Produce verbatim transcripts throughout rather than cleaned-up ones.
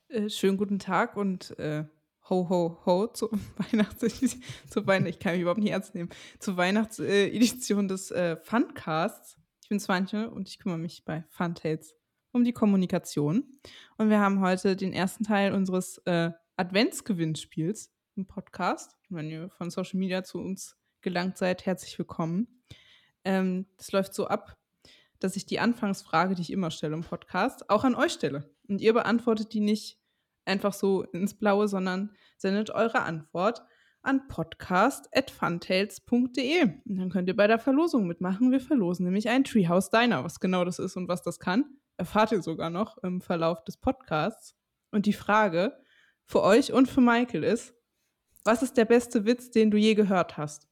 Äh, schönen guten Tag und äh, ho, ho, ho zur Weihnachts zur Weihn ich kann mich überhaupt nicht ernst nehmen, zur Weihnachtsedition äh, Edition des äh, Funcasts. Ich bin Swantje und ich kümmere mich bei Funtails um die Kommunikation. Und wir haben heute den ersten Teil unseres äh, Adventsgewinnspiels im Podcast. Wenn ihr von Social Media zu uns gelangt seid, herzlich willkommen. Ähm, das läuft so ab, dass ich die Anfangsfrage, die ich immer stelle im Podcast, auch an euch stelle. Und ihr beantwortet die nicht einfach so ins Blaue, sondern sendet eure Antwort an podcast at funtails punkt de. Und dann könnt ihr bei der Verlosung mitmachen. Wir verlosen nämlich ein Treehouse Diner. Was genau das ist und was das kann, erfahrt ihr sogar noch im Verlauf des Podcasts. Und die Frage für euch und für Michael ist: Was ist der beste Witz, den du je gehört hast?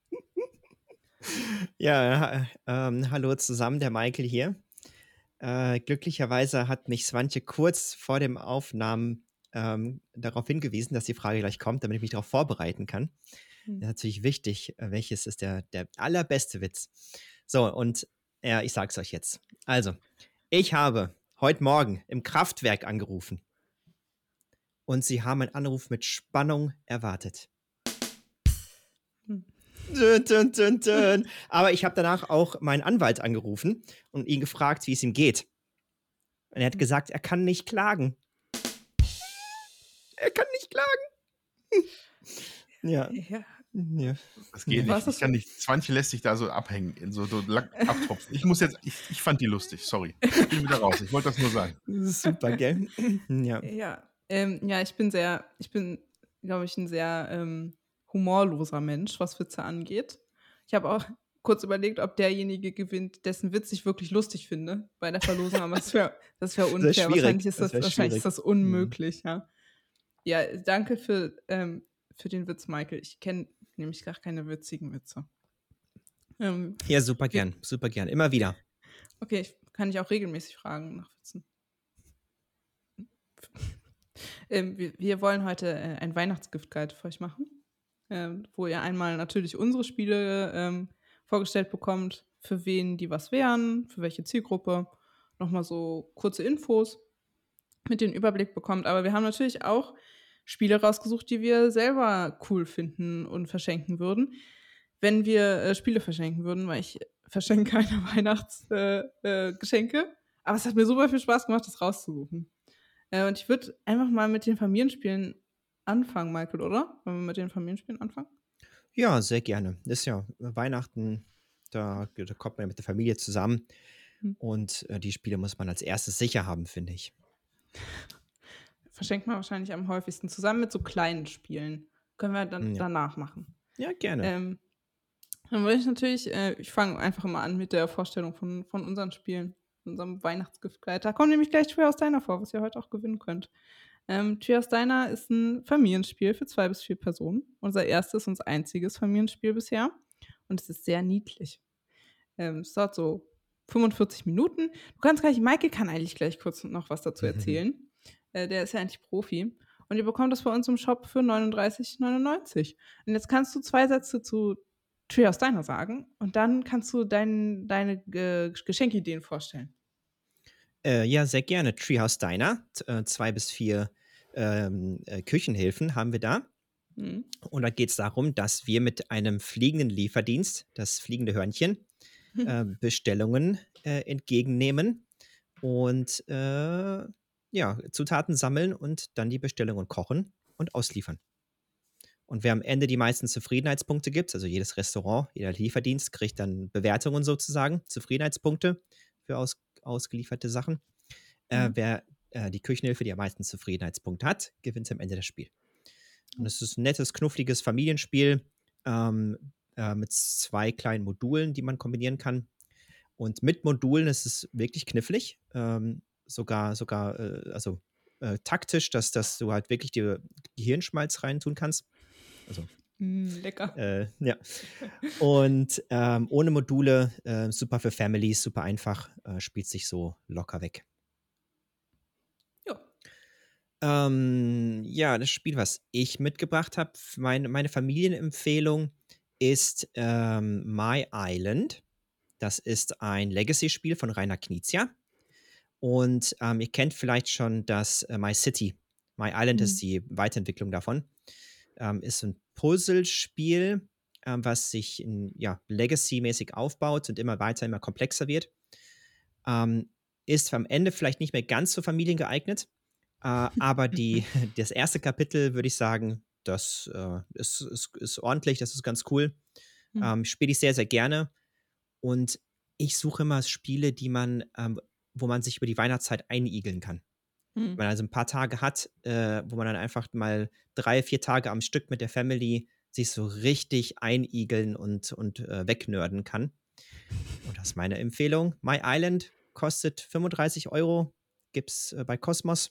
Ja, ähm, hallo zusammen, der Michael hier. Äh, glücklicherweise hat mich Swantje kurz vor dem Aufnahmen ähm, darauf hingewiesen, dass die Frage gleich kommt, damit ich mich darauf vorbereiten kann. Hm. Das ist natürlich wichtig, äh, welches ist der, der allerbeste Witz. So, und ja, ich sag's euch jetzt. Also, ich habe heute Morgen im Kraftwerk angerufen und sie haben einen Anruf mit Spannung erwartet. Hm. Dün, dün, dün, dün. Aber ich habe danach auch meinen Anwalt angerufen und ihn gefragt, wie es ihm geht. Und er hat gesagt, er kann nicht klagen. Er kann nicht klagen. ja. Ja. ja. Das geht Was nicht. Ich ist- kann nicht. Swantje lässt sich da so abhängen, in so, so Lack abtropfen. Ich muss jetzt, ich, ich fand die lustig, sorry. Ich bin wieder raus. Ich wollte das nur sagen. Das ist super, gell? ja. Ja, ähm, ja, ich bin sehr, ich bin, glaube ich, ein sehr ähm, humorloser Mensch, was Witze angeht. Ich habe auch kurz überlegt, ob derjenige gewinnt, dessen Witz ich wirklich lustig finde bei der Verlosung, aber das wäre das wär unfair. schwierig. Wahrscheinlich ist das, Das wär wahrscheinlich ist schwierig. das unmöglich, ja. Ja, danke für, ähm, für den Witz, Michael. Ich kenne nämlich gar keine witzigen Witze. Ähm, Ja, super gern. Super gern. Immer wieder. okay, ich, kann ich auch regelmäßig fragen nach Witzen. Ähm, wir, wir wollen heute äh, ein Weihnachtsgift-Guide für euch machen, ähm, wo ihr einmal natürlich unsere Spiele ähm, vorgestellt bekommt, für wen die was wären, für welche Zielgruppe, nochmal so kurze Infos mit den Überblick bekommt. Aber wir haben natürlich auch Spiele rausgesucht, die wir selber cool finden und verschenken würden, wenn wir äh, Spiele verschenken würden, weil ich verschenke keine Weihnachtsgeschenke. Äh, äh, Geschenke. Aber es hat mir super viel Spaß gemacht, das rauszusuchen. Äh, und ich würde einfach mal mit den Familienspielen anfangen, Michael, oder? Wollen wir mit den Familienspielen anfangen? Ja, sehr gerne. Ist ja Weihnachten, da, da kommt man ja mit der Familie zusammen. Hm. Und äh, die Spiele muss man als erstes sicher haben, finde ich. Verschenkt man wahrscheinlich am häufigsten zusammen mit so kleinen Spielen. Können wir dann Ja. danach machen. Ja, gerne. Ähm, dann würde ich natürlich, äh, ich fange einfach mal an mit der Vorstellung von, von unseren Spielen, unserem Weihnachtsgiftguide. Da kommt nämlich gleich Treehouse Diner vor, was ihr heute auch gewinnen könnt. Ähm, Treehouse Diner ist ein Familienspiel für zwei bis vier Personen. Unser erstes und einziges Familienspiel bisher. Und es ist sehr niedlich. Ähm, es dauert so fünfundvierzig Minuten. Du kannst gleich, Michael kann eigentlich gleich kurz noch was dazu erzählen. äh, der ist ja eigentlich Profi. Und ihr bekommt das bei uns im Shop für neununddreißig neunundneunzig. Und jetzt kannst du zwei Sätze zu Treehouse Diner sagen und dann kannst du dein, deine äh, Geschenkideen vorstellen. Äh, ja, sehr gerne. Treehouse Diner, t- äh, zwei bis vier ähm, äh, Küchenhilfen haben wir da. Mhm. Und da geht es darum, dass wir mit einem fliegenden Lieferdienst, das fliegende Hörnchen, äh, Bestellungen äh, entgegennehmen und äh, ja, Zutaten sammeln und dann die Bestellungen kochen und ausliefern. Und wer am Ende die meisten Zufriedenheitspunkte gibt, also jedes Restaurant, jeder Lieferdienst kriegt dann Bewertungen sozusagen, Zufriedenheitspunkte für aus, ausgelieferte Sachen. Äh, Mhm. wer äh, die Küchenhilfe, die am meisten Zufriedenheitspunkte hat, gewinnt am Ende das Spiel. Und es ist ein nettes, knuffliges Familienspiel ähm, äh, mit zwei kleinen Modulen, die man kombinieren kann. Und mit Modulen ist es wirklich knifflig. Ähm, sogar, sogar, äh, also äh, taktisch, dass, dass du halt wirklich dir Gehirnschmalz reintun kannst. Also, Mm, lecker. äh, ja. Und ähm, ohne Module, äh, super für Families, super einfach, äh, spielt sich so locker weg. Ja. Ähm, ja, das Spiel, was ich mitgebracht habe, meine, meine Familienempfehlung ist ähm, My Island. Das ist ein Legacy-Spiel von Rainer Knizia. Und ähm, ihr kennt vielleicht schon das äh, My City My Island ist Mhm. die Weiterentwicklung davon. Ähm, ist ein Puzzlespiel, ähm, was sich in, ja, Legacy-mäßig aufbaut und immer weiter, immer komplexer wird. Ähm, ist am Ende vielleicht nicht mehr ganz so familiengeeignet, äh, aber die, das erste Kapitel würde ich sagen, das äh, ist, ist, ist ordentlich, das ist ganz cool. Mhm. Ähm, spiele ich sehr, sehr gerne. Und ich suche immer Spiele, die man, ähm, wo man sich über die Weihnachtszeit einigeln kann. Wenn Mhm. man also ein paar Tage hat, äh, wo man dann einfach mal drei, vier Tage am Stück mit der Family sich so richtig einigeln und, und äh, wegnörden kann. Und das ist meine Empfehlung. My Island kostet fünfunddreißig Euro. Gibt's äh, bei Cosmos.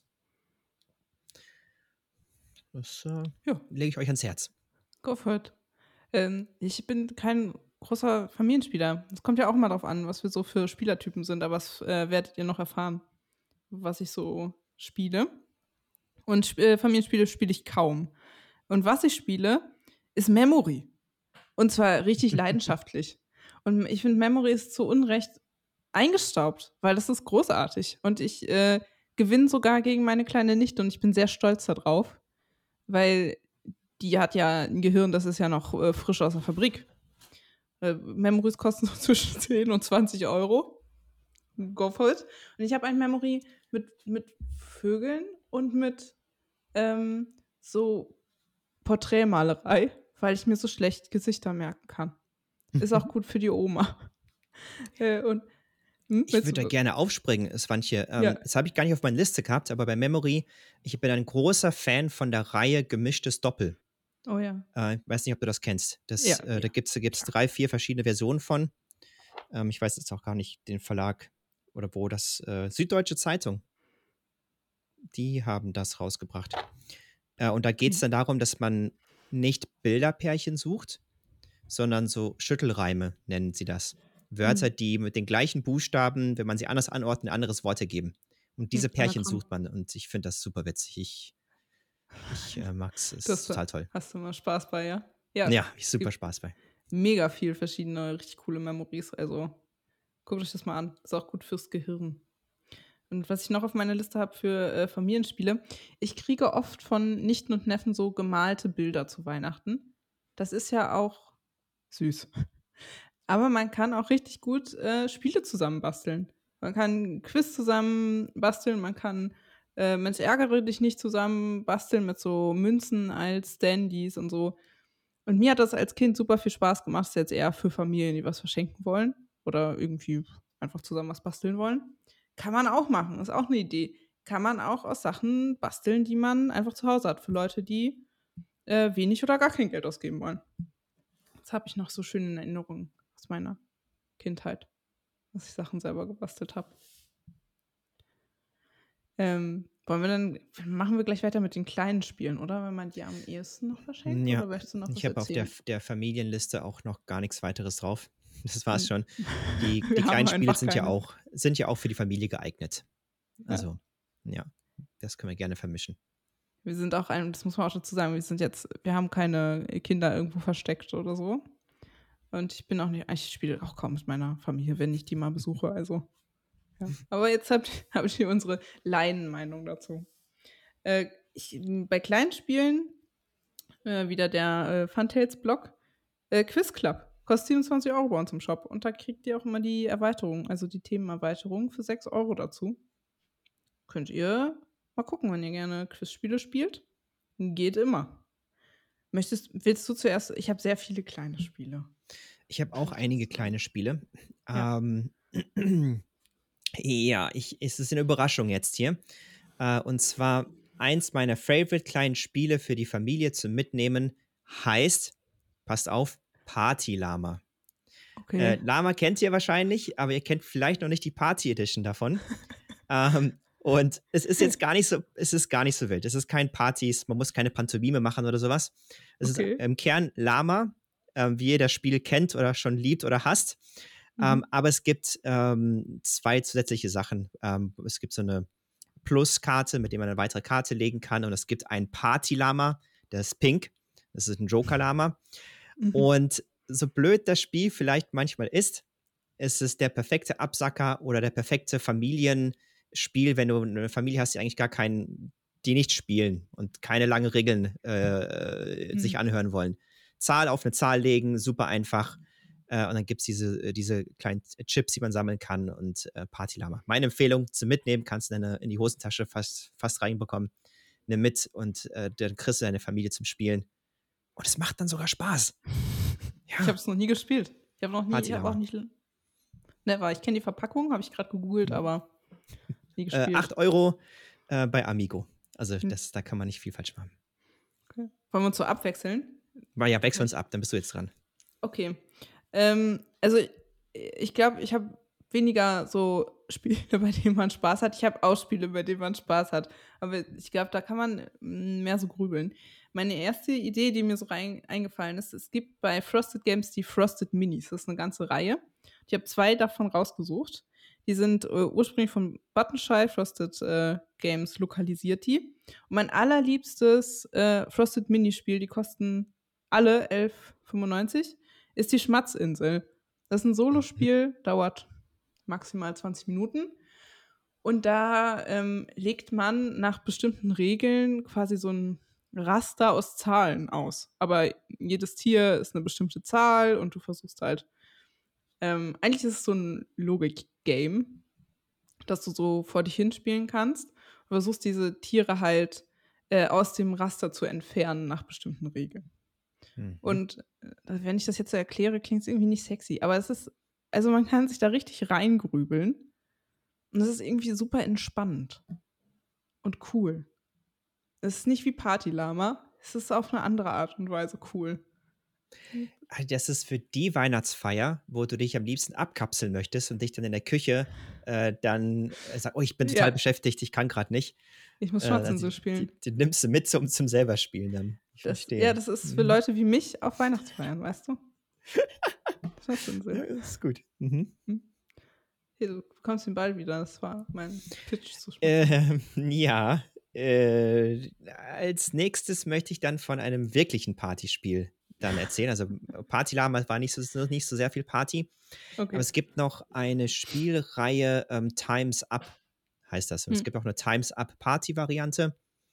Das äh, Ja, lege ich euch ans Herz. go for it. Ähm, ich bin kein großer Familienspieler. Es kommt ja auch mal drauf an, was wir so für Spielertypen sind, aber das äh, werdet ihr noch erfahren, was ich so spiele. Und Sp äh, Familienspiele spiele ich kaum. Und was ich spiele, ist Memory. Und zwar richtig leidenschaftlich. Und ich finde, Memory ist zu Unrecht eingestaubt, weil das ist großartig. Und ich äh, gewinne sogar gegen meine kleine Nichte und ich bin sehr stolz darauf, weil die hat ja ein Gehirn, das ist ja noch äh, frisch aus der Fabrik. Äh, Memories kosten so zwischen zehn und zwanzig Euro. Go for it. Und ich habe ein Memory mit, mit Vögeln und mit ähm, so Porträtmalerei, weil ich mir so schlecht Gesichter merken kann. Ist auch gut für die Oma. Äh, und hm, Ich willst würde da du, gerne aufspringen, Swantje. ja, Ähm, das habe ich gar nicht auf meiner Liste gehabt, aber bei Memory, ich bin ein großer Fan von der Reihe Gemischtes Doppel. oh ja. Äh, ich weiß nicht, ob du das kennst. Ja, Das, äh, da ja. gibt es drei, vier verschiedene Versionen von. Ähm, ich weiß jetzt auch gar nicht den Verlag oder wo das. Äh, Süddeutsche Zeitung, die haben das rausgebracht. Äh, und da geht es Mhm. dann darum, dass man nicht Bilderpärchen sucht, sondern so Schüttelreime nennen sie das. Wörter, Mhm. die mit den gleichen Buchstaben, wenn man sie anders anordnet, ein anderes Wort ergeben. Und diese Mhm. Pärchen Anagramm. sucht man und ich finde das super witzig. Ich, ich äh, mag es, es Das ist da total toll. hast du mal Spaß bei, ja? Ja, Ja, ich es super gibt Spaß bei. mega viel verschiedene, richtig coole Memories. Also guckt euch das mal an. Ist auch gut fürs Gehirn. Und was ich noch auf meiner Liste habe für äh, Familienspiele, ich kriege oft von Nichten und Neffen so gemalte Bilder zu Weihnachten. Das ist ja auch süß. Aber man kann auch richtig gut äh, Spiele zusammen basteln. Man kann 'n Quiz zusammen basteln, man kann äh, Mensch ärgere dich nicht zusammen basteln mit so Münzen als Standys und so. Und mir hat das als Kind super viel Spaß gemacht. Ist jetzt eher für Familien, die was verschenken wollen oder irgendwie einfach zusammen was basteln wollen. Kann man auch machen, ist auch 'ne Idee. Kann man auch aus Sachen basteln, die man einfach zu Hause hat, für Leute, die äh, wenig oder gar kein Geld ausgeben wollen. Das habe ich noch so schön in Erinnerung aus meiner Kindheit, dass ich Sachen selber gebastelt habe. Ähm, wollen wir dann machen wir gleich weiter mit den kleinen Spielen, oder? Wenn man die am ehesten noch verschenkt, Ja, oder möchtest du noch ich was habe auf der, erzählen? der Familienliste auch noch gar nichts weiteres drauf. Das war's Hm. schon. Die, die Wir haben kleinen Spiele einfach sind ja keine. auch, sind ja auch für die Familie geeignet. Ja. Also, ja, das können wir gerne vermischen. Wir sind auch ein das muss man auch dazu sagen, wir sind jetzt wir haben keine Kinder irgendwo versteckt oder so. Und ich bin auch nicht ich spiele auch kaum mit meiner Familie, wenn ich die mal besuche, also, ja. Aber jetzt habt habe ich hier unsere Laienmeinung dazu. Äh, ich bei kleinen Spielen, äh, wieder der, äh, Funtails-Blog, äh, Quiz Club. Kostet siebenundzwanzig Euro bei uns im Shop. Und da kriegt ihr auch immer die Erweiterung, also die Themenerweiterung für sechs Euro dazu. Könnt ihr mal gucken, wenn ihr gerne Quizspiele spielt. Geht immer. Möchtest willst du zuerst ich habe sehr viele kleine Spiele. Ich habe auch einige kleine Spiele. Ja. Ähm, ja, ich, es ist eine Überraschung jetzt hier. Äh, und zwar eins meiner favorite kleinen Spiele für die Familie zum Mitnehmen heißt, passt auf, Party Lama. Äh, Okay. Lama kennt ihr wahrscheinlich, aber ihr kennt vielleicht noch nicht die Party Edition davon. ähm, und es ist jetzt gar nicht so, es ist gar nicht so wild. Es ist kein Partys, man muss keine Pantomime machen oder sowas. Es ist Okay. im Kern Lama, ähm, wie ihr das Spiel kennt oder schon liebt oder hasst. Ähm, Mhm. aber es gibt ähm, zwei zusätzliche Sachen. Ähm, es gibt so eine Plus-Karte, mit der man eine weitere Karte legen kann. Und es gibt ein Party-Lama, das ist pink. Das ist ein Joker-Lama. Mhm. Und so blöd das Spiel vielleicht manchmal ist, ist es der perfekte Absacker oder der perfekte Familienspiel, wenn du eine Familie hast, die eigentlich gar keinen die nicht spielen und keine langen Regeln äh, Hm. sich anhören wollen. Zahl auf eine Zahl legen, super einfach. Äh, und dann gibt es diese, diese kleinen Chips, die man sammeln kann und äh, Partylama. Meine Empfehlung zum Mitnehmen, kannst du in, in die Hosentasche fast, fast reinbekommen. Nimm mit und äh, dann kriegst du deine Familie zum Spielen. Und es macht dann sogar Spaß. Ich habe Ja, es noch nie gespielt. Ich habe noch nie, ich habe auch Partylama. nicht. Never. Ich kenne die Verpackung, habe ich gerade gegoogelt, aber nie Äh, gespielt. acht Euro äh, bei Amigo. Also Hm. das, da kann man nicht viel falsch machen. Okay. Wollen wir uns so abwechseln? Aber ja, wechseln uns ab, dann bist du jetzt dran. Okay. Ähm, also ich glaube, ich habe weniger so Spiele, bei denen man Spaß hat. Ich habe auch Spiele, bei denen man Spaß hat. Aber ich glaube, da kann man mm, mehr so grübeln. Meine erste Idee, die mir so rein, eingefallen ist, es gibt bei Frosted Games die Frosted Minis. Das ist eine ganze Reihe. Ich habe zwei davon rausgesucht. Die sind äh, ursprünglich von Buttonshy Frosted äh, Games lokalisiert die. Und mein allerliebstes äh, Frosted Minispiel, die kosten alle elf fünfundneunzig, ist die Schmatzinsel. Das ist ein Solospiel, dauert maximal zwanzig Minuten. Und da ähm, legt man nach bestimmten Regeln quasi so ein Raster aus Zahlen aus. Aber jedes Tier ist eine bestimmte Zahl und du versuchst halt. Ähm, eigentlich ist es so ein Logik-Game, das du so vor dich hinspielen kannst. Du versuchst diese Tiere halt äh, aus dem Raster zu entfernen nach bestimmten Regeln. Mhm. Und äh, wenn ich das jetzt so erkläre, klingt es irgendwie nicht sexy. Aber es ist, also man kann sich da richtig reingrübeln. Und es ist irgendwie super entspannend und cool. Es ist nicht wie Partylama. Es ist auf eine andere Art und Weise cool. Ah, das ist für die Weihnachtsfeier, wo du dich am liebsten abkapseln möchtest und dich dann in der Küche äh, dann äh, sagst, oh, ich bin total Ja, beschäftigt, ich kann gerade nicht. ich muss Äh, also Schmatzinsel die, spielen. die, die nimmst du mit zum, zum selber spielen dann. Ich Das, verstehe. ja, das ist für Mhm. Leute wie mich auf Weihnachtsfeiern, weißt du? Schmatzinsel. Ja, das ist gut. Mhm. Hm? Hier, du bekommst den Ball wieder. Das war mein Pitch zu Schmatzinsel. Ähm, ja, äh, als nächstes möchte ich dann von einem wirklichen Partyspiel dann erzählen. Also Partylama war nicht so, nicht so sehr viel Party. Aber Okay. es gibt noch eine Spielreihe, ähm, Times Up heißt das. Und es Hm. gibt auch eine Times Up Party-Variante.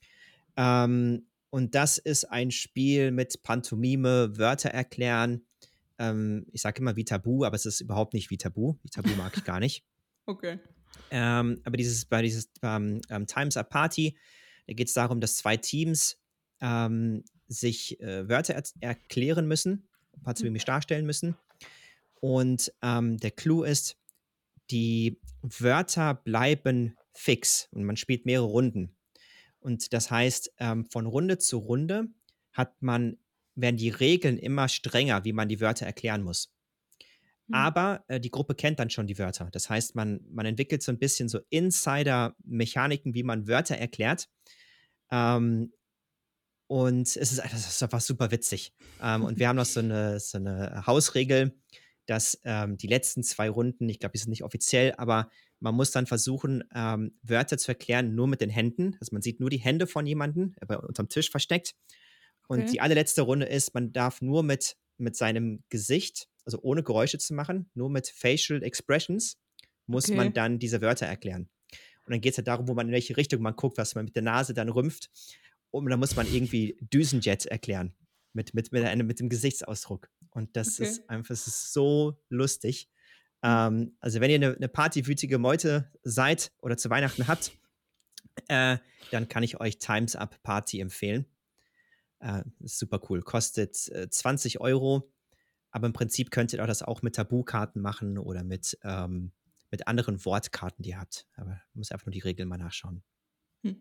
Ähm, und das ist ein Spiel mit Pantomime, Wörter erklären. Ähm, ich sage immer wie Tabu, aber es ist überhaupt nicht wie Tabu. Wie Tabu mag ich gar nicht. Okay. Ähm, aber dieses, bei dieses ähm, ähm, Times Up Party, da geht es darum, dass zwei Teams ähm, sich äh, Wörter er erklären müssen, pantomimisch darstellen müssen. Und ähm, der Clou ist, die Wörter bleiben fix und man spielt mehrere Runden. Und das heißt, ähm, von Runde zu Runde hat man, werden die Regeln immer strenger, wie man die Wörter erklären muss. Hm. Aber äh, die Gruppe kennt dann schon die Wörter. Das heißt, man, man entwickelt so ein bisschen so Insider-Mechaniken, wie man Wörter erklärt. Ähm, und es ist, das ist einfach super witzig. Ähm, und wir haben noch so eine, so eine Hausregel, dass ähm, die letzten zwei Runden, ich glaube, die sind nicht offiziell, aber man muss dann versuchen, ähm, Wörter zu erklären, nur mit den Händen. Also man sieht nur die Hände von jemandem, äh, unterm Tisch versteckt. Und Okay. die allerletzte Runde ist, man darf nur mit, mit seinem Gesicht, also ohne Geräusche zu machen, nur mit Facial Expressions, muss man Okay. dann diese Wörter erklären. Und dann geht es halt darum, wo man in welche Richtung man guckt, was man mit der Nase dann rümpft. Und dann muss man irgendwie Düsenjet erklären. Mit, mit, mit, einem, mit dem Gesichtsausdruck. Und das Okay. ist einfach, es ist so lustig. Hm. Ähm, also, wenn ihr eine, eine partywütige Meute seid oder zu Weihnachten habt, äh, dann kann ich euch Times Up Party empfehlen. Äh, ist super cool. Kostet äh, zwanzig Euro. Aber im Prinzip könnt ihr das auch mit Tabukarten machen oder mit, ähm, mit anderen Wortkarten, die ihr habt. Aber man muss einfach nur die Regeln mal nachschauen. Hm.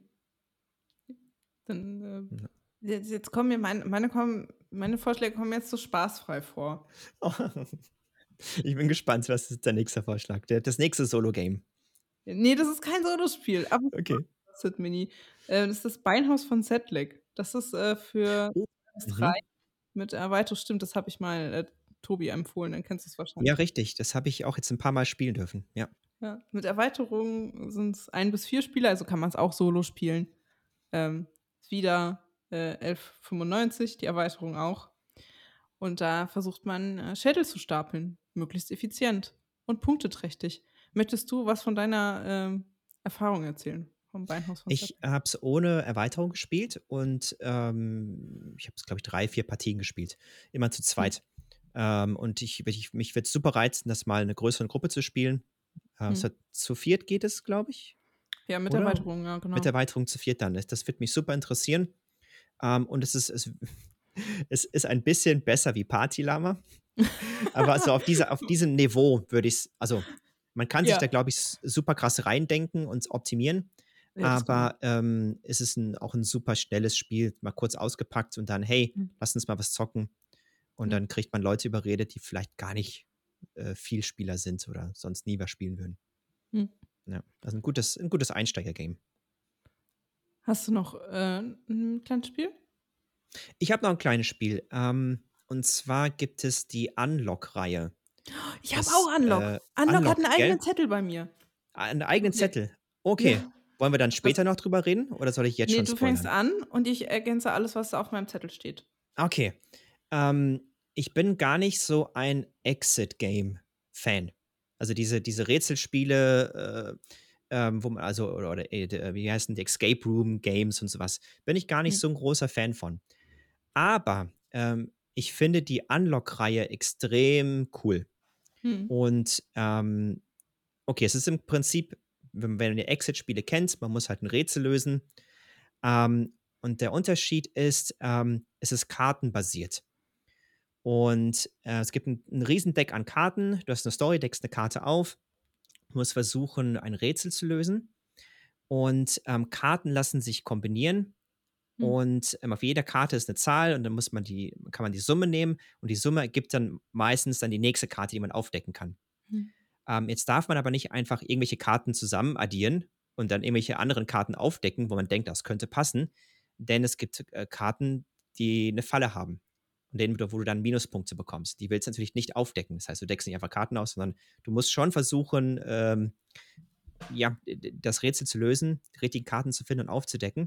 Dann, Ja. äh, jetzt, jetzt kommen mir meine, meine, kommen, meine Vorschläge kommen jetzt so spaßfrei vor. Ich bin gespannt, was ist der nächste Vorschlag? Der, das nächste Solo-Game. Nee, das ist kein Solospiel, aber Okay. Sid Mini. Äh, das ist das Beinhaus von Sedlec. Das ist äh, für Oh. S drei Mhm. mit Erweiterung. Stimmt, das habe ich mal äh, Tobi empfohlen, dann kennst du es Ja, wahrscheinlich. richtig. Das habe ich auch jetzt ein paar Mal spielen dürfen. Ja. Ja, mit Erweiterung sind es ein bis vier Spieler, also kann man es auch solo spielen. Ähm, wieder äh, elf fünfundneunzig, die Erweiterung auch. Und da versucht man, äh, Schädel zu stapeln, möglichst effizient und punkteträchtig. Möchtest du was von deiner ähm, Erfahrung erzählen vom Beinhaus von Ich Seppel. habe es ohne Erweiterung gespielt und ähm, ich habe es, glaube ich, drei, vier Partien gespielt. Immer zu Hm. zweit. Ähm, und ich, ich, mich würde es super reizen, das mal in einer größeren Gruppe zu spielen. Äh, es Hm. hat, zu viert geht es, glaube ich. Ja, mit Oder? Erweiterung, ja, Mit genau. Erweiterung zu viert dann. Das, das wird mich super interessieren. Ähm, und es ist, es, es ist ein bisschen besser wie Partylama. Aber so auf, diese, auf diesem Niveau würde ich es, also man kann sich da, Ja, glaube ich, s- super krass reindenken und optimieren. ja, das kann man. Aber ähm, es ist ein, auch ein super schnelles Spiel, mal kurz ausgepackt und dann, hey, Hm. lass uns mal was zocken. Und Ja. dann kriegt man Leute überredet, die vielleicht gar nicht äh, Vielspieler sind oder sonst nie was spielen würden. Hm. Ja, also ein gutes, ein gutes Einsteiger-Game. Hast du noch äh, ein kleines Spiel? Ich habe noch ein kleines Spiel. Ähm, und zwar gibt es die Unlock-Reihe. Ich habe Das auch Unlock. äh, Unlock hat einen Unlock, eigenen gell? Zettel bei mir. Einen eigenen Okay. Zettel. Okay. Ja. Wollen wir dann Das, später noch drüber reden oder soll ich jetzt nee, schon du fängst spoilern? an und ich ergänze alles, was auf meinem Zettel steht. Okay. Ähm, ich bin gar nicht so ein Exit-Game-Fan. Also diese, diese Rätselspiele, äh, ähm, wo man, also, oder, oder äh, d- wie heißen die, Escape Room Games und sowas, bin ich gar nicht Hm. so ein großer Fan von. Aber ähm, ich finde die Unlock-Reihe extrem cool. Hm. Und ähm, okay, es ist im Prinzip, wenn, wenn ihr Exit-Spiele kennt, man muss halt ein Rätsel lösen. Ähm, und der Unterschied ist, ähm, es ist kartenbasiert. Und äh, es gibt ein, ein Riesendeck an Karten. Du hast eine Story, deckst eine Karte auf, musst versuchen, ein Rätsel zu lösen. Und ähm, Karten lassen sich kombinieren. Hm. Und ähm, auf jeder Karte ist eine Zahl und dann muss man die, kann man die Summe nehmen und die Summe ergibt dann meistens dann die nächste Karte, die man aufdecken kann. Hm. Ähm, jetzt darf man aber nicht einfach irgendwelche Karten zusammen addieren und dann irgendwelche anderen Karten aufdecken, wo man denkt, das könnte passen, denn es gibt äh, Karten, die eine Falle haben und denen, wo du dann Minuspunkte bekommst. Die willst du natürlich nicht aufdecken. Das heißt, du deckst nicht einfach Karten aus, sondern du musst schon versuchen, ähm, ja, das Rätsel zu lösen, die richtigen Karten zu finden und aufzudecken.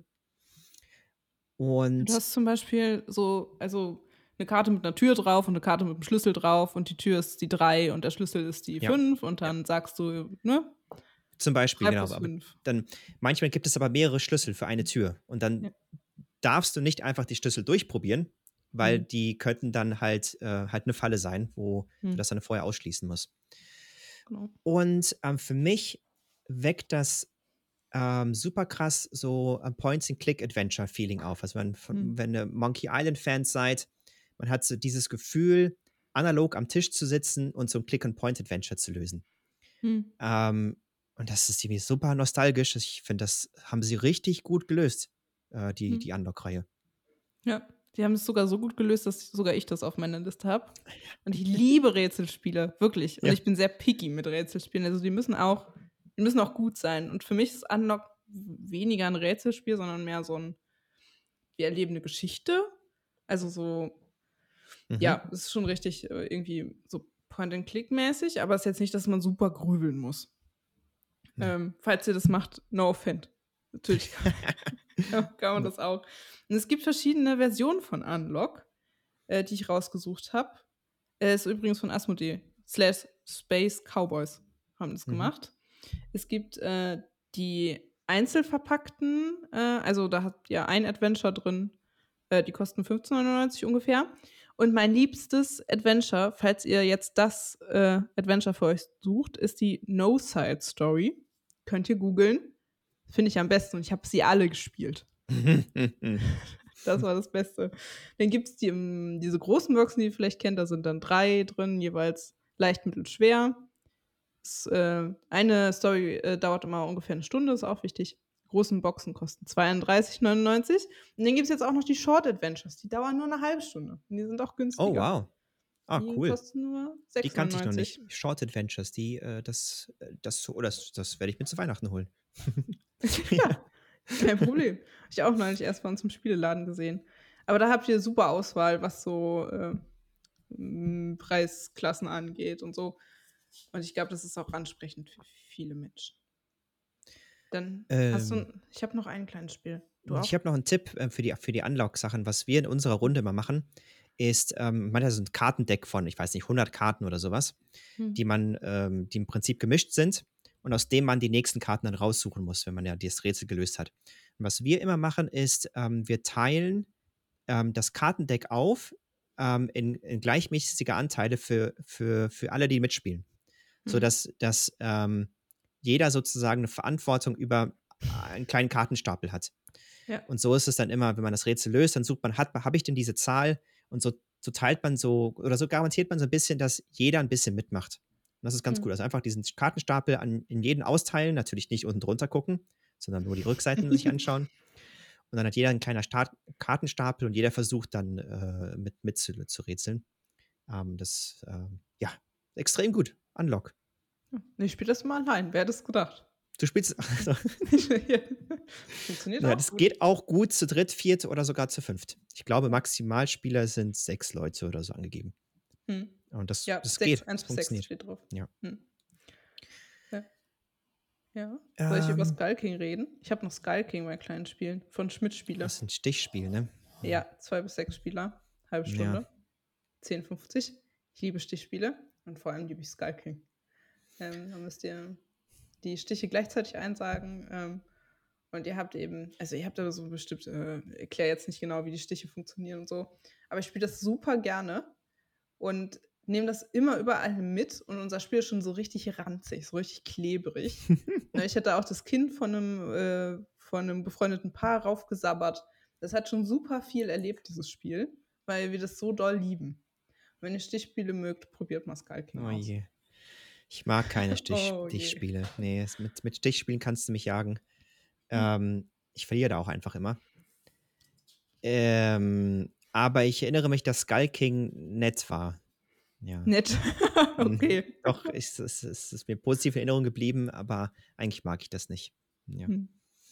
Du Und hast zum Beispiel so, also eine Karte mit einer Tür drauf und eine Karte mit einem Schlüssel drauf und die Tür ist die drei und der Schlüssel ist die ja, fünf und ja, dann sagst du, ne? zum Beispiel, drei genau. plus Aber fünf. dann manchmal gibt es aber mehrere Schlüssel für eine Tür und dann Ja. darfst du nicht einfach die Schlüssel durchprobieren, weil Hm. die könnten dann halt, äh, halt eine Falle sein, wo du Hm. das dann vorher ausschließen musst. Genau. Und ähm, für mich weckt das ähm, super krass so ein Points-and-Click-Adventure-Feeling auf. Also wenn, Hm. wenn ihr Monkey Island-Fans seid, man hat so dieses Gefühl, analog am Tisch zu sitzen und so ein Click-and-Point-Adventure zu lösen. Hm. Ähm, und das ist irgendwie super nostalgisch. Ich finde, das haben sie richtig gut gelöst, äh, die, Hm. die Unlock-Reihe. Ja, die haben es sogar so gut gelöst, dass sogar ich das auf meiner Liste habe. Und ich liebe Rätselspiele, wirklich. Und Ja. ich bin sehr picky mit Rätselspielen. Also die müssen auch, die müssen auch gut sein. Und für mich ist Unlock weniger ein Rätselspiel, sondern mehr so ein, wir erleben eine Geschichte. Also so, Mhm. ja, es ist schon richtig äh, irgendwie so Point-and-Click-mäßig, aber es ist jetzt nicht, dass man super grübeln muss. Nee. Ähm, falls ihr das macht, no offend. Natürlich kann, kann, kann man das auch. Und es gibt verschiedene Versionen von Unlock, äh, die ich rausgesucht habe. Äh, ist übrigens von Asmodee. Slash Space Cowboys haben das Mhm. gemacht. Es gibt äh, die einzelverpackten, äh, also da habt ihr ein Adventure drin, äh, die kosten fünfzehn neunundneunzig ungefähr. Und mein liebstes Adventure, falls ihr jetzt das äh, Adventure für euch sucht, ist die No Side Story. Könnt ihr googeln. Finde ich am besten und ich habe sie alle gespielt. Das war das Beste. Dann gibt es die, um, diese großen Boxen, die ihr vielleicht kennt, da sind dann drei drin, jeweils leicht, mittel, schwer. Das, äh, eine Story äh, dauert immer ungefähr eine Stunde, ist auch wichtig. Die großen Boxen kosten zweiunddreißig neunundneunzig. Und dann gibt es jetzt auch noch die Short Adventures, die dauern nur eine halbe Stunde. Und die sind auch günstiger. Oh, wow. Ah, Die cool. kosten nur Die kannte ich noch sechs neunundneunzig. nicht. Short Adventures, die, äh, das, äh, das, oh, das, das werde ich mir zu Weihnachten holen. Ja, kein Problem. Habe ich auch neulich erst bei uns im Spieleladen gesehen. Aber da habt ihr super Auswahl, was so äh, m, Preisklassen angeht und so. Und ich glaube, das ist auch ansprechend für viele Menschen. Dann hast du, Ähm, ein, ich habe noch ein kleines Spiel. Du ich auch? habe noch einen Tipp äh, für die, für die Unlock-Sachen. Was wir in unserer Runde mal machen, ist, ähm, man hat so ein Kartendeck von, ich weiß nicht, hundert Karten oder sowas, Hm. die man, ähm, die im Prinzip gemischt sind. und aus dem man die nächsten Karten dann raussuchen muss, wenn man ja das Rätsel gelöst hat. Und was wir immer machen, ist, ähm, wir teilen ähm, das Kartendeck auf ähm, in, in gleichmäßige Anteile für, für, für alle, die mitspielen. Hm. Sodass dass, ähm, jeder sozusagen eine Verantwortung über einen kleinen Kartenstapel hat. Ja. Und so ist es dann immer, wenn man das Rätsel löst, dann sucht man, hat, habe ich denn diese Zahl? Und so, so teilt man so, oder so garantiert man so ein bisschen, dass jeder ein bisschen mitmacht. Und das ist ganz Hm. cool. Also einfach diesen Kartenstapel an, in jeden austeilen, natürlich nicht unten drunter gucken, sondern nur die Rückseiten sich anschauen. Und dann hat jeder einen kleinen Start Kartenstapel und jeder versucht dann äh, mit, mit zu, zu rätseln. Ähm, das, ähm, ja, extrem gut. Unlock. Ich spiele das mal allein. Wer hätte es gedacht? Du spielst. Also, Funktioniert ja, auch das gut. geht auch gut zu dritt, viert oder sogar zu fünft. Ich glaube, Maximalspieler sind sechs Leute oder so angegeben. Hm. Und das, Ja, das sechs, geht. eins Das bis sechs funktioniert. steht drauf. Ja. Hm. Ja. Ja. Soll ich über Ähm, Skull King reden? Ich habe noch Skull King bei kleinen Spielen von Schmidt-Spieler. das ist ein Stichspiel, ne? Ja, zwei bis sechs Spieler, halbe Ja. Stunde, zehn fünfzig. Ich liebe Stichspiele und vor allem liebe ich Skull King. Ähm, da müsst ihr die Stiche gleichzeitig einsagen ähm, und ihr habt eben, also ihr habt da so bestimmt, äh, ich erkläre jetzt nicht genau, wie die Stiche funktionieren und so, aber ich spiele das super gerne und nehme das immer überall mit und unser Spiel ist schon so richtig ranzig, so richtig klebrig. Ne, ich hatte auch das Kind von einem, äh, von einem befreundeten Paar raufgesabbert. Das hat schon super viel erlebt, dieses Spiel, weil wir das so doll lieben. Wenn ihr Stichspiele mögt, probiert mal Skull King Oh aus. je. Ich mag keine Stich Oh je. Stichspiele. Nee, es, mit, mit Stichspielen kannst du mich jagen. Hm. Ähm, ich verliere da auch einfach immer. Ähm, aber ich erinnere mich, dass Skull King nett war. Ja. Nett. Mhm. Okay. Doch, es, es, es ist mir positiv in Erinnerung geblieben, aber eigentlich mag ich das nicht. Ja. Hm.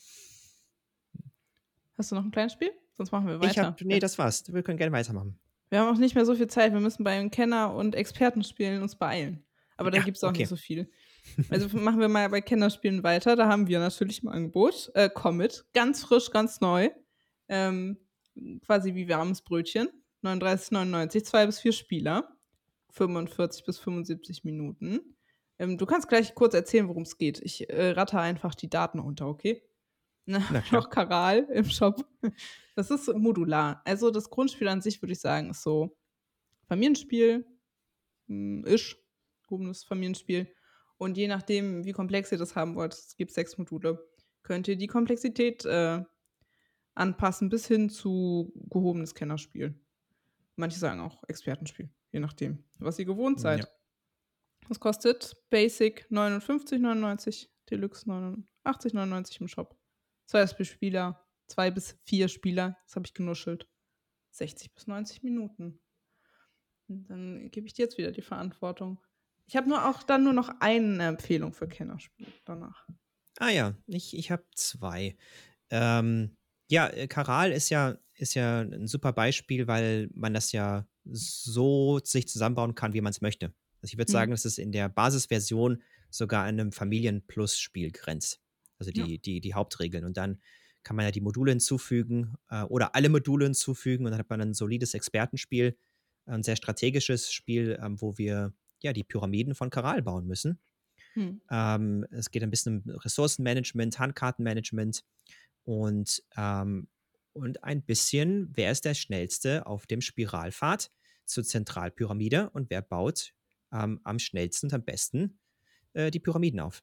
Hast du noch ein kleines Spiel? Sonst machen wir Ich weiter. hab, nee, Ja. das war's. Wir können gerne weitermachen. Wir haben auch nicht mehr so viel Zeit. Wir müssen bei den Kenner- und Expertenspielen uns beeilen. Aber da Ja, gibt es auch okay. nicht so viel. Also machen wir mal bei Kennerspielen weiter. Da haben wir natürlich im Angebot äh, Comet. Ganz frisch, ganz neu. Ähm, quasi wie warmes Brötchen. neununddreißig neunundneunzig, zwei bis vier Spieler. fünfundvierzig bis fünfundsiebzig Minuten. Ähm, du kannst gleich kurz erzählen, worum es geht. Ich äh, ratter einfach die Daten runter, okay? Na klar. Noch Karal im Shop. Das ist modular. Also das Grundspiel an sich, würde ich sagen, ist so Familienspiel, hm, ist gehobenes Familienspiel. Und je nachdem, wie komplex ihr das haben wollt, es gibt sechs Module, könnt ihr die Komplexität äh, anpassen bis hin zu gehobenes Kennerspiel. Manche sagen auch Expertenspiel, je nachdem, was ihr gewohnt seid. Ja. Das kostet Basic neunundfünfzig neunundneunzig, Deluxe neunundachtzig neunundneunzig im Shop. Zwei bis Spieler, zwei bis vier Spieler, das habe ich genuschelt. sechzig bis neunzig Minuten. Und dann gebe ich dir jetzt wieder die Verantwortung. Ich habe nur auch dann nur noch eine Empfehlung für Kennerspiele danach. Ah ja, ich, ich habe zwei. Ähm, ja, äh, Karal ist ja, ist ja ein super Beispiel, weil man das ja so sich zusammenbauen kann, wie man es möchte. Also ich würde Hm. sagen, dass es in der Basisversion sogar an einem Familien-Plus-Spiel grenzt. Also Ja. die, die, die Hauptregeln. Und dann kann man ja die Module hinzufügen äh, oder alle Module hinzufügen und dann hat man ein solides Expertenspiel, ein sehr strategisches Spiel, ähm, wo wir ja die Pyramiden von Karal bauen müssen. Hm. Ähm, es geht ein bisschen um Ressourcenmanagement, Handkartenmanagement und, ähm, und ein bisschen, wer ist der Schnellste auf dem Spiralpfad zur Zentralpyramide und wer baut ähm, am schnellsten und am besten äh, die Pyramiden auf.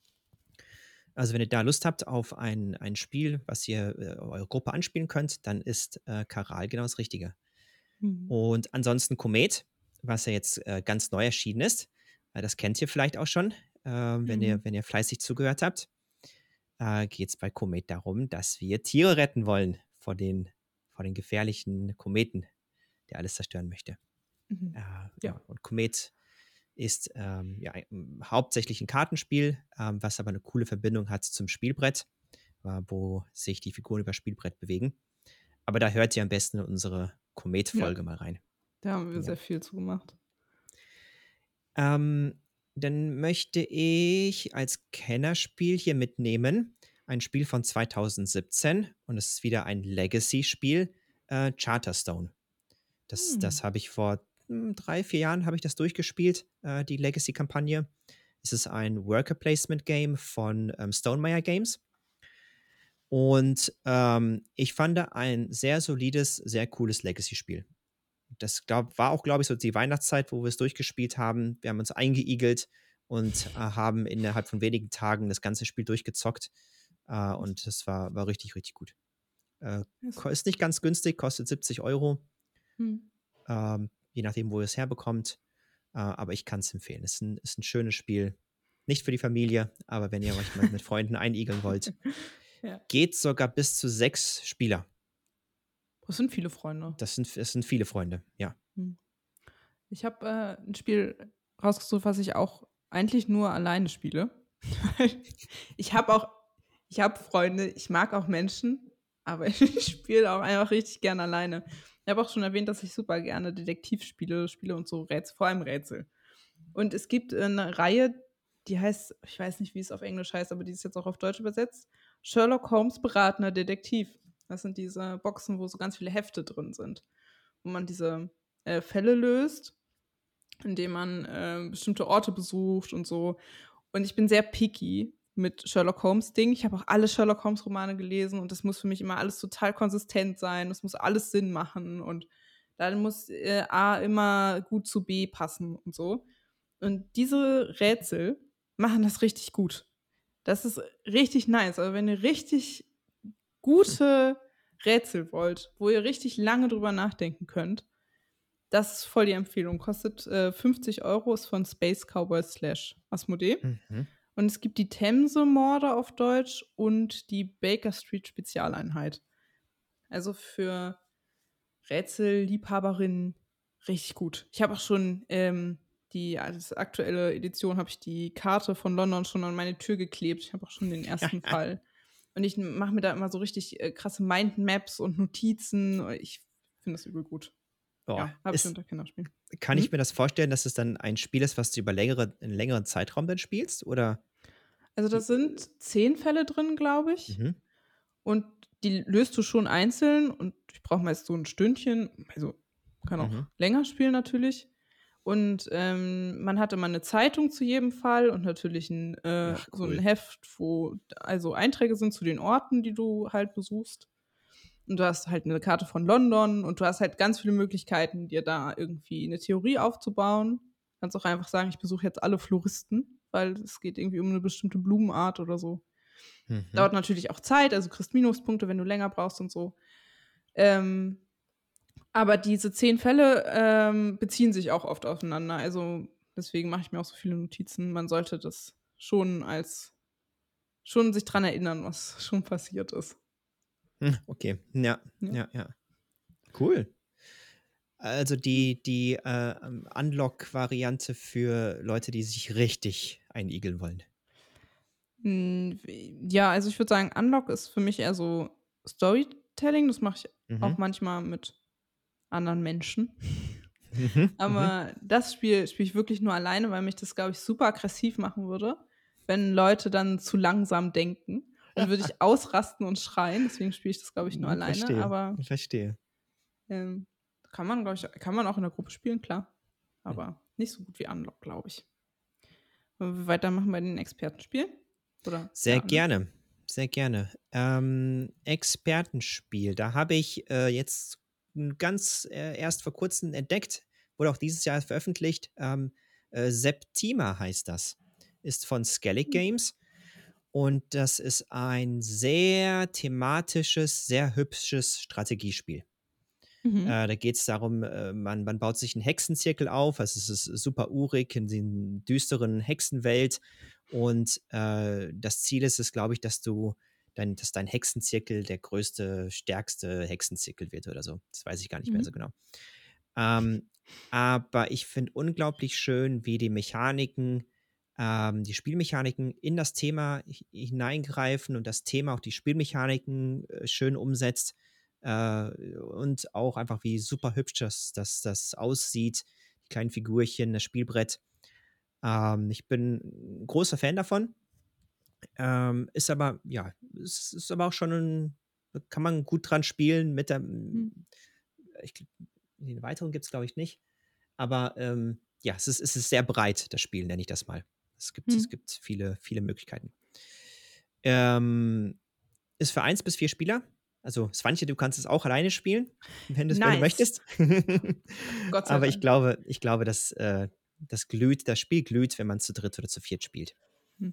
Also wenn ihr da Lust habt auf ein, ein Spiel, was ihr äh, eure Gruppe anspielen könnt, dann ist äh, Karal genau das Richtige. Hm. Und ansonsten Komet, was ja jetzt äh, ganz neu erschienen ist, äh, das kennt ihr vielleicht auch schon, äh, wenn, Mhm. ihr, wenn ihr fleißig zugehört habt, äh, geht es bei Komet darum, dass wir Tiere retten wollen vor den, vor den gefährlichen Kometen, der alles zerstören möchte. Mhm. Äh, ja. Ja. Und Komet ist ähm, ja, ein, hauptsächlich ein Kartenspiel, ähm, was aber eine coole Verbindung hat zum Spielbrett, äh, wo sich die Figuren über Spielbrett bewegen. Aber da hört ihr am besten in unsere Komet-Folge Ja. mal rein. Da haben wir Ja. sehr viel zu gemacht. Ähm, dann möchte ich als Kennerspiel hier mitnehmen ein Spiel von zweitausendsiebzehn und es ist wieder ein Legacy-Spiel, äh, Charterstone. Das, Hm. das habe ich vor hm, drei, vier Jahren habe ich das durchgespielt, äh, die Legacy-Kampagne. Es ist ein Worker Placement Game von ähm, Stonemaier Games. Und ähm, ich fand ein sehr solides, sehr cooles Legacy-Spiel. Das glaub, war auch, glaube ich, so die Weihnachtszeit, wo wir es durchgespielt haben. Wir haben uns eingeigelt und äh, haben innerhalb von wenigen Tagen das ganze Spiel durchgezockt. Äh, und das war, war richtig, richtig gut. Äh, Ist, ko- ist nicht ganz günstig, kostet siebzig Euro, hm. ähm, je nachdem, wo ihr es herbekommt. Äh, aber ich kann es empfehlen. Es ist ein, ist ein schönes Spiel. Nicht für die Familie, aber wenn ihr euch mal mit Freunden einigeln wollt, Ja. geht sogar bis zu sechs Spieler. Das sind viele Freunde. Das sind, das sind viele Freunde, ja. Hm. Ich habe äh, ein Spiel rausgesucht, was ich auch eigentlich nur alleine spiele. ich habe auch, ich habe Freunde, ich mag auch Menschen, aber ich spiele auch einfach richtig gerne alleine. Ich habe auch schon erwähnt, dass ich super gerne Detektivspiele spiele und so Rätsel, vor allem Rätsel. Und es gibt äh, eine Reihe, die heißt, ich weiß nicht, wie es auf Englisch heißt, aber die ist jetzt auch auf Deutsch übersetzt. Sherlock Holmes beratender Detektiv. Das sind diese Boxen, wo so ganz viele Hefte drin sind, wo man diese äh, Fälle löst, indem man äh, bestimmte Orte besucht und so. Und ich bin sehr picky mit Sherlock Holmes Ding. Ich habe auch alle Sherlock Holmes Romane gelesen und das muss für mich immer alles total konsistent sein. Das muss alles Sinn machen und dann muss äh, A immer gut zu B passen und so. Und diese Rätsel machen das richtig gut. Das ist richtig nice. Also wenn ihr richtig gute Rätsel wollt, wo ihr richtig lange drüber nachdenken könnt, das ist voll die Empfehlung. Kostet äh, fünfzig Euro, ist von Space Cowboy slash Asmodee. Mhm. Und es gibt die Themse-Morde auf Deutsch und die Baker Street Spezialeinheit. Also für Rätselliebhaberinnen richtig gut. Ich habe auch schon ähm, die als aktuelle Edition habe ich die Karte von London schon an meine Tür geklebt. Ich habe auch schon den ersten Fall. Und ich mache mir da immer so richtig äh, krasse Mindmaps und Notizen. Ich finde das übel gut. Oh, Ja, habe ich ist, unter Kinderspielen. kann Hm? ich mir das vorstellen, dass es dann ein Spiel ist, was du über längere, einen längeren Zeitraum dann spielst? Oder? Also da sind zehn Fälle drin, glaube ich. Mhm. Und die löst du schon einzeln. Und ich brauche meist so ein Stündchen. Also kann auch Mhm. länger spielen natürlich. Und ähm, man hat immer eine Zeitung zu jedem Fall und natürlich ein, äh, Ach, so ein cool. Heft, wo also Einträge sind zu den Orten, die du halt besuchst. Und du hast halt eine Karte von London und du hast halt ganz viele Möglichkeiten, dir da irgendwie eine Theorie aufzubauen. Du kannst auch einfach sagen, ich besuche jetzt alle Floristen, weil es geht irgendwie um eine bestimmte Blumenart oder so. Mhm. Dauert natürlich auch Zeit, also du kriegst Minuspunkte, wenn du länger brauchst und so. Ähm, aber diese zehn Fälle ähm, beziehen sich auch oft aufeinander. Also deswegen mache ich mir auch so viele Notizen. Man sollte das schon als schon sich dran erinnern, was schon passiert ist. Hm, Okay, ja, Ja. ja, ja. Cool. Also die, die äh, ähm, Unlock-Variante für Leute, die sich richtig einigeln wollen. Hm, Ja, also ich würde sagen, Unlock ist für mich eher so Storytelling. Das mache ich Mhm. auch manchmal mit anderen Menschen. Mhm. Mhm. Aber das Spiel spiele ich wirklich nur alleine, weil mich das, glaube ich, super aggressiv machen würde, wenn Leute dann zu langsam denken. Dann würde ich ausrasten und schreien. Deswegen spiele ich das, glaube ich, nur Mhm, alleine. Verstehe, Aber verstehe. ähm, kann man, glaube ich, kann man auch in der Gruppe spielen, klar. Hm. Aber nicht so gut wie Unlock, glaube ich. Wollen wir weitermachen bei den Expertenspielen? Oder Sehr ja, ne? gerne, sehr gerne. Ähm, Expertenspiel, da habe ich äh, jetzt n- ganz äh, erst vor kurzem entdeckt, wurde auch dieses Jahr veröffentlicht. Ähm, äh, Septima heißt das. Ist von Skellig Games. Und das ist ein sehr thematisches, sehr hübsches Strategiespiel. Mhm. Äh, da geht es darum, äh, man, man baut sich einen Hexenzirkel auf. Also es ist super urig in der düsteren Hexenwelt. Und äh, das Ziel ist es, glaube ich, dass du dein, dass dein Hexenzirkel der größte, stärkste Hexenzirkel wird oder so. Das weiß ich gar nicht mehr Mhm. so genau. Ähm, aber ich finde unglaublich schön, wie die Mechaniken, ähm, die Spielmechaniken in das Thema hi- hineingreifen und das Thema auch die Spielmechaniken äh, schön umsetzt. Äh, und auch einfach, wie super hübsch das, das, das aussieht. Die kleinen Figurchen, das Spielbrett. Ähm, ich bin ein großer Fan davon. Ähm, ist aber, ja, es ist aber auch schon ein, kann man gut dran spielen mit der, Mhm. ich, glaub, den Erweiterung gibt es, glaube ich, nicht. Aber ähm, ja, es ist, es ist sehr breit, das Spiel, nenne ich das mal. Es gibt, es Hm. gibt viele, viele Möglichkeiten. Ähm, ist für eins bis vier Spieler. Also, Swantje, du kannst es auch alleine spielen, wenn, du's, wenn du Nice. möchtest. Gott sei Aber ich Dank. glaube, ich glaube, dass äh, das glüht, das Spiel glüht, wenn man zu dritt oder zu viert spielt. Hm.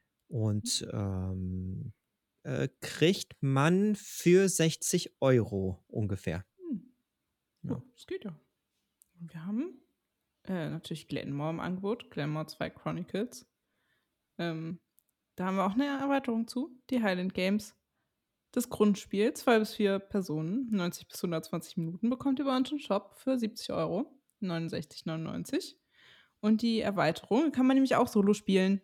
Und ähm, äh, kriegt man für sechzig Euro ungefähr. Hm. Ja. Oh, das geht ja. Und wir haben äh, natürlich Glenmore im Angebot, Glenmore zwei Chronicles. Ähm, da haben wir auch eine Erweiterung zu, die Highland Games. Das Grundspiel, zwei bis vier Personen, neunzig bis hundertzwanzig Minuten, bekommt ihr bei uns im Shop für siebzig Euro, neunundsechzig neunundneunzig. Und die Erweiterung kann man nämlich auch solo spielen.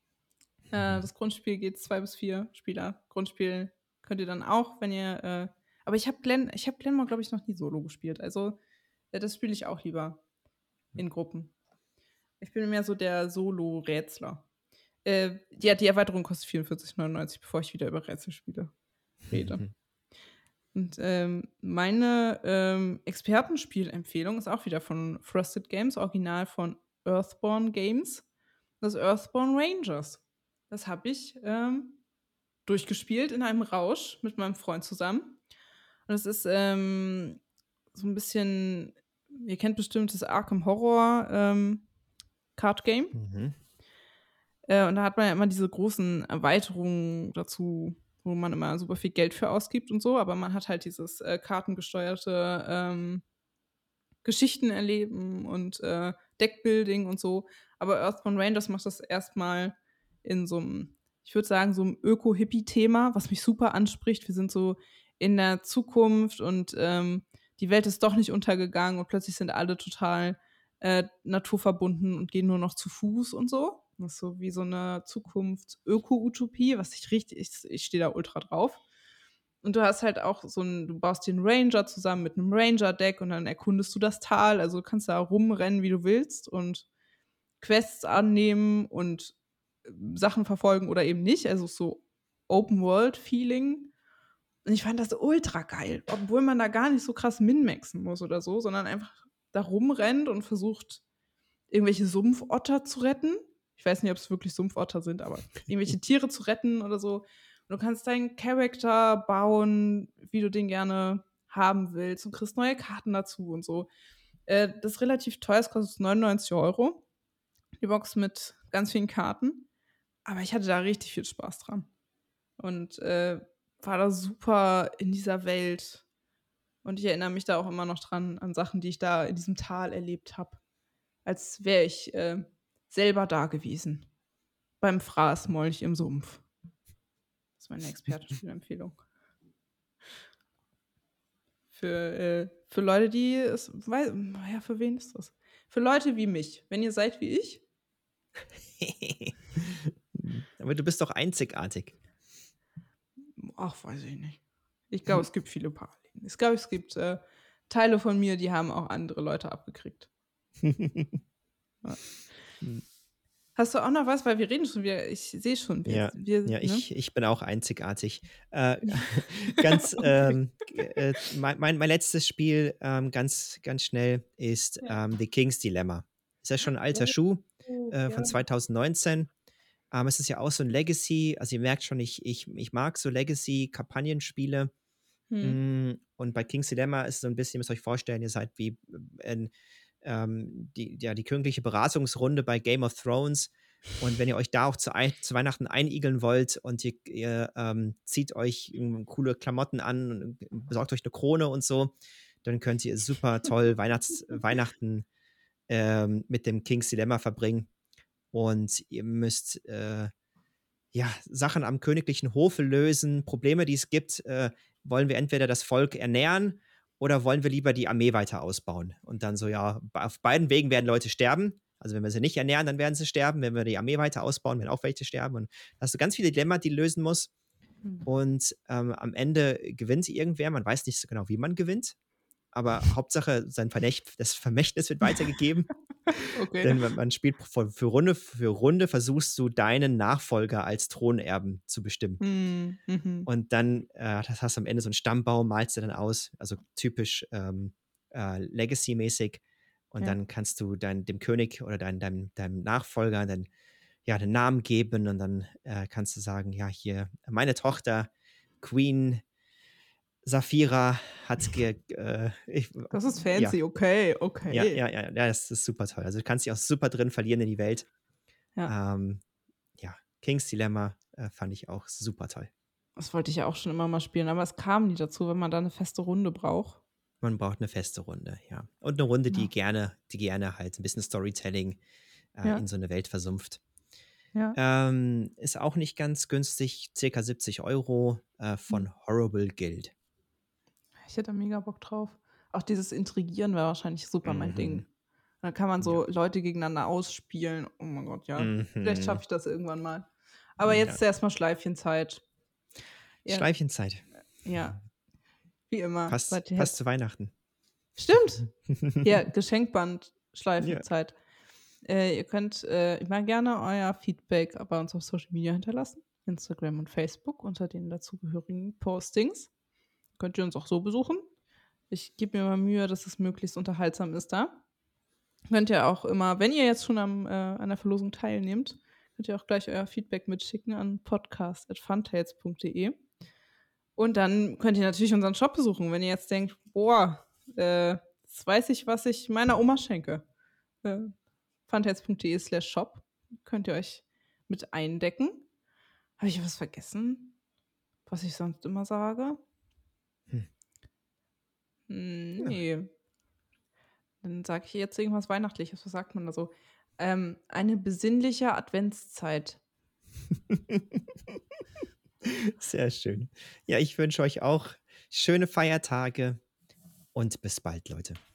Äh, das Grundspiel geht zwei bis vier Spieler. Grundspiel könnt ihr dann auch, wenn ihr. Äh, aber ich habe Glen, ich habe Glenmore, glaube ich, noch nie solo gespielt. Also äh, das spiele ich auch lieber in Gruppen. Ich bin mehr so der Solo-Rätsler. Äh, ja, die Erweiterung kostet vierundvierzig neunundneunzig, bevor ich wieder über Rätselspiele rede. Und ähm, meine ähm, Expertenspielempfehlung ist auch wieder von Frosted Games, original von Earthborn Games. Das Earthborn Rangers. Das habe ich ähm, durchgespielt in einem Rausch mit meinem Freund zusammen. Und es ist ähm, so ein bisschen, ihr kennt bestimmt das Arkham Horror ähm, Card Game. Mhm. Äh, und da hat man ja immer diese großen Erweiterungen dazu, wo man immer super viel Geld für ausgibt und so, aber man hat halt dieses äh, kartengesteuerte ähm, Geschichten erleben und äh, Deckbuilding und so. Aber Earthbound Rangers macht das erstmal in so einem, ich würde sagen, so einem Öko-Hippie-Thema, was mich super anspricht. Wir sind so in der Zukunft und ähm, die Welt ist doch nicht untergegangen und plötzlich sind alle total äh, naturverbunden und gehen nur noch zu Fuß und so. Das ist so wie so eine Zukunfts-Öko-Utopie, was ich richtig, ich, ich stehe da ultra drauf. Und du hast halt auch so ein, du baust den Ranger zusammen mit einem Ranger-Deck und dann erkundest du das Tal. Also du kannst da rumrennen, wie du willst und Quests annehmen und äh, Sachen verfolgen oder eben nicht. Also so Open-World-Feeling. Und ich fand das ultra geil, obwohl man da gar nicht so krass min-maxen muss oder so, sondern einfach da rumrennt und versucht, irgendwelche Sumpfotter zu retten. Ich weiß nicht, ob es wirklich Sumpfotter sind, aber irgendwelche Tiere zu retten oder so. Und du kannst deinen Charakter bauen, wie du den gerne haben willst und kriegst neue Karten dazu und so. Äh, das ist relativ teuer, es kostet neunundneunzig Euro. Die Box mit ganz vielen Karten. Aber ich hatte da richtig viel Spaß dran. Und äh, war da super in dieser Welt. Und ich erinnere mich da auch immer noch dran, an Sachen, die ich da in diesem Tal erlebt habe. Als wäre ich äh, selber da gewesen. Beim Fraßmolch im Sumpf. Das ist meine Expertenspielempfehlung. Für, äh, für Leute, die es. Weiß, ja, für wen ist das? Für Leute wie mich. Wenn ihr seid wie ich. Aber du bist doch einzigartig. Ach, weiß ich nicht. Ich glaube, es gibt viele Parallelen. Ich glaube, es gibt äh, Teile von mir, die haben auch andere Leute abgekriegt. Ja. Hast du auch noch was? Weil wir reden schon wieder. Ich sehe schon. Wir, Ja, wir, ja ne? ich, ich bin auch einzigartig. Äh, ganz, Okay. ähm, äh, mein, mein, mein letztes Spiel, ähm, ganz, ganz schnell, ist Ja. ähm, The King's Dilemma. Ist ja schon ein alter Schuh Oh, äh, von ja. zwanzig neunzehn. Ähm, es ist ja auch so ein Legacy, also ihr merkt schon, ich, ich, ich mag so Legacy-Kampagnenspiele. Hm. Mm, Und bei King's Dilemma ist es so ein bisschen, ihr müsst euch vorstellen, ihr seid wie äh, ähm, die, ja, die königliche Beratungsrunde bei Game of Thrones. Und wenn ihr euch da auch zu, ein, zu Weihnachten einigeln wollt und ihr, ihr ähm, zieht euch ähm, coole Klamotten an und besorgt euch eine Krone und so, dann könnt ihr super toll Weihnachts Weihnachten ähm, mit dem King's Dilemma verbringen. Und ihr müsst äh, ja, Sachen am königlichen Hofe lösen, Probleme, die es gibt. Äh, wollen wir entweder das Volk ernähren oder wollen wir lieber die Armee weiter ausbauen? Und dann so, ja, auf beiden Wegen werden Leute sterben. Also wenn wir sie nicht ernähren, dann werden sie sterben. Wenn wir die Armee weiter ausbauen, werden auch welche sterben. Und da hast du ganz viele Dilemma, die du lösen musst. Hm. Und ähm, am Ende gewinnt irgendwer. Man weiß nicht so genau, wie man gewinnt. Aber Hauptsache, sein Vermächt, das Vermächtnis wird weitergegeben. Okay. Denn man, man spielt für, für, Runde für Runde, versuchst du deinen Nachfolger als Thronerben zu bestimmen. Hm. Mhm. Und dann äh, das hast du am Ende so einen Stammbaum, malst du dann aus, also typisch ähm, äh, Legacy-mäßig. Und Ja. dann kannst du dein, dem König oder dein, deinem, deinem Nachfolger dann ja, einen Namen geben und dann äh, kannst du sagen, ja, hier, meine Tochter, Queen Saphira, hat ge, äh, ich, Das ist ja, fancy, okay, ja, okay. ja, ja, ja, das ist super toll. Also du kannst dich auch super drin verlieren in die Welt. Ja, Ähm, ja, King's Dilemma äh, fand ich auch super toll. das wollte ich ja auch schon immer mal spielen, aber es kam nie dazu, wenn man da eine feste Runde braucht. Man braucht eine feste Runde, ja. Und eine Runde, die Ja, gerne, die gerne halt ein bisschen Storytelling äh, ja, in so eine Welt versumpft. ja. Ähm, ist auch nicht ganz günstig, circa siebzig Euro äh, Hm. von Horrible Guild. Ich hätte da mega Bock drauf. Auch dieses Intrigieren wäre wahrscheinlich super mein Ding. Mhm. Dann kann man Ja. so Leute gegeneinander ausspielen. Oh mein Gott, ja. Vielleicht schaffe Mhm. ich das irgendwann mal. Aber Ja. jetzt ist erstmal Schleifchenzeit. Ja, Schleifchenzeit. ja, wie immer. Passt, Seid ihr passt zu jetzt. Weihnachten. Stimmt! Hier, Geschenkband, Ja. Schleifenzeit. Äh, ihr könnt äh, immer gerne euer Feedback bei uns auf Social Media hinterlassen. Instagram und Facebook unter den dazugehörigen Postings. Könnt ihr uns auch so besuchen. Ich gebe mir mal Mühe, dass es möglichst unterhaltsam ist da. Könnt ihr auch immer, wenn ihr jetzt schon am, äh, an der Verlosung teilnehmt, könnt ihr auch gleich euer Feedback mitschicken an podcast at funtales punkt de. Und dann könnt ihr natürlich unseren Shop besuchen, wenn ihr jetzt denkt, boah, äh, jetzt weiß ich, was ich meiner Oma schenke. Äh, funtales punkt de slash shop könnt ihr euch mit eindecken. Habe ich was vergessen, was ich sonst immer sage? Hm. Hm, Ja. nee. Dann sage ich jetzt irgendwas Weihnachtliches. Was sagt man da so? Ähm, eine besinnliche Adventszeit. Sehr schön. Ja, ich wünsche euch auch schöne Feiertage und bis bald, Leute.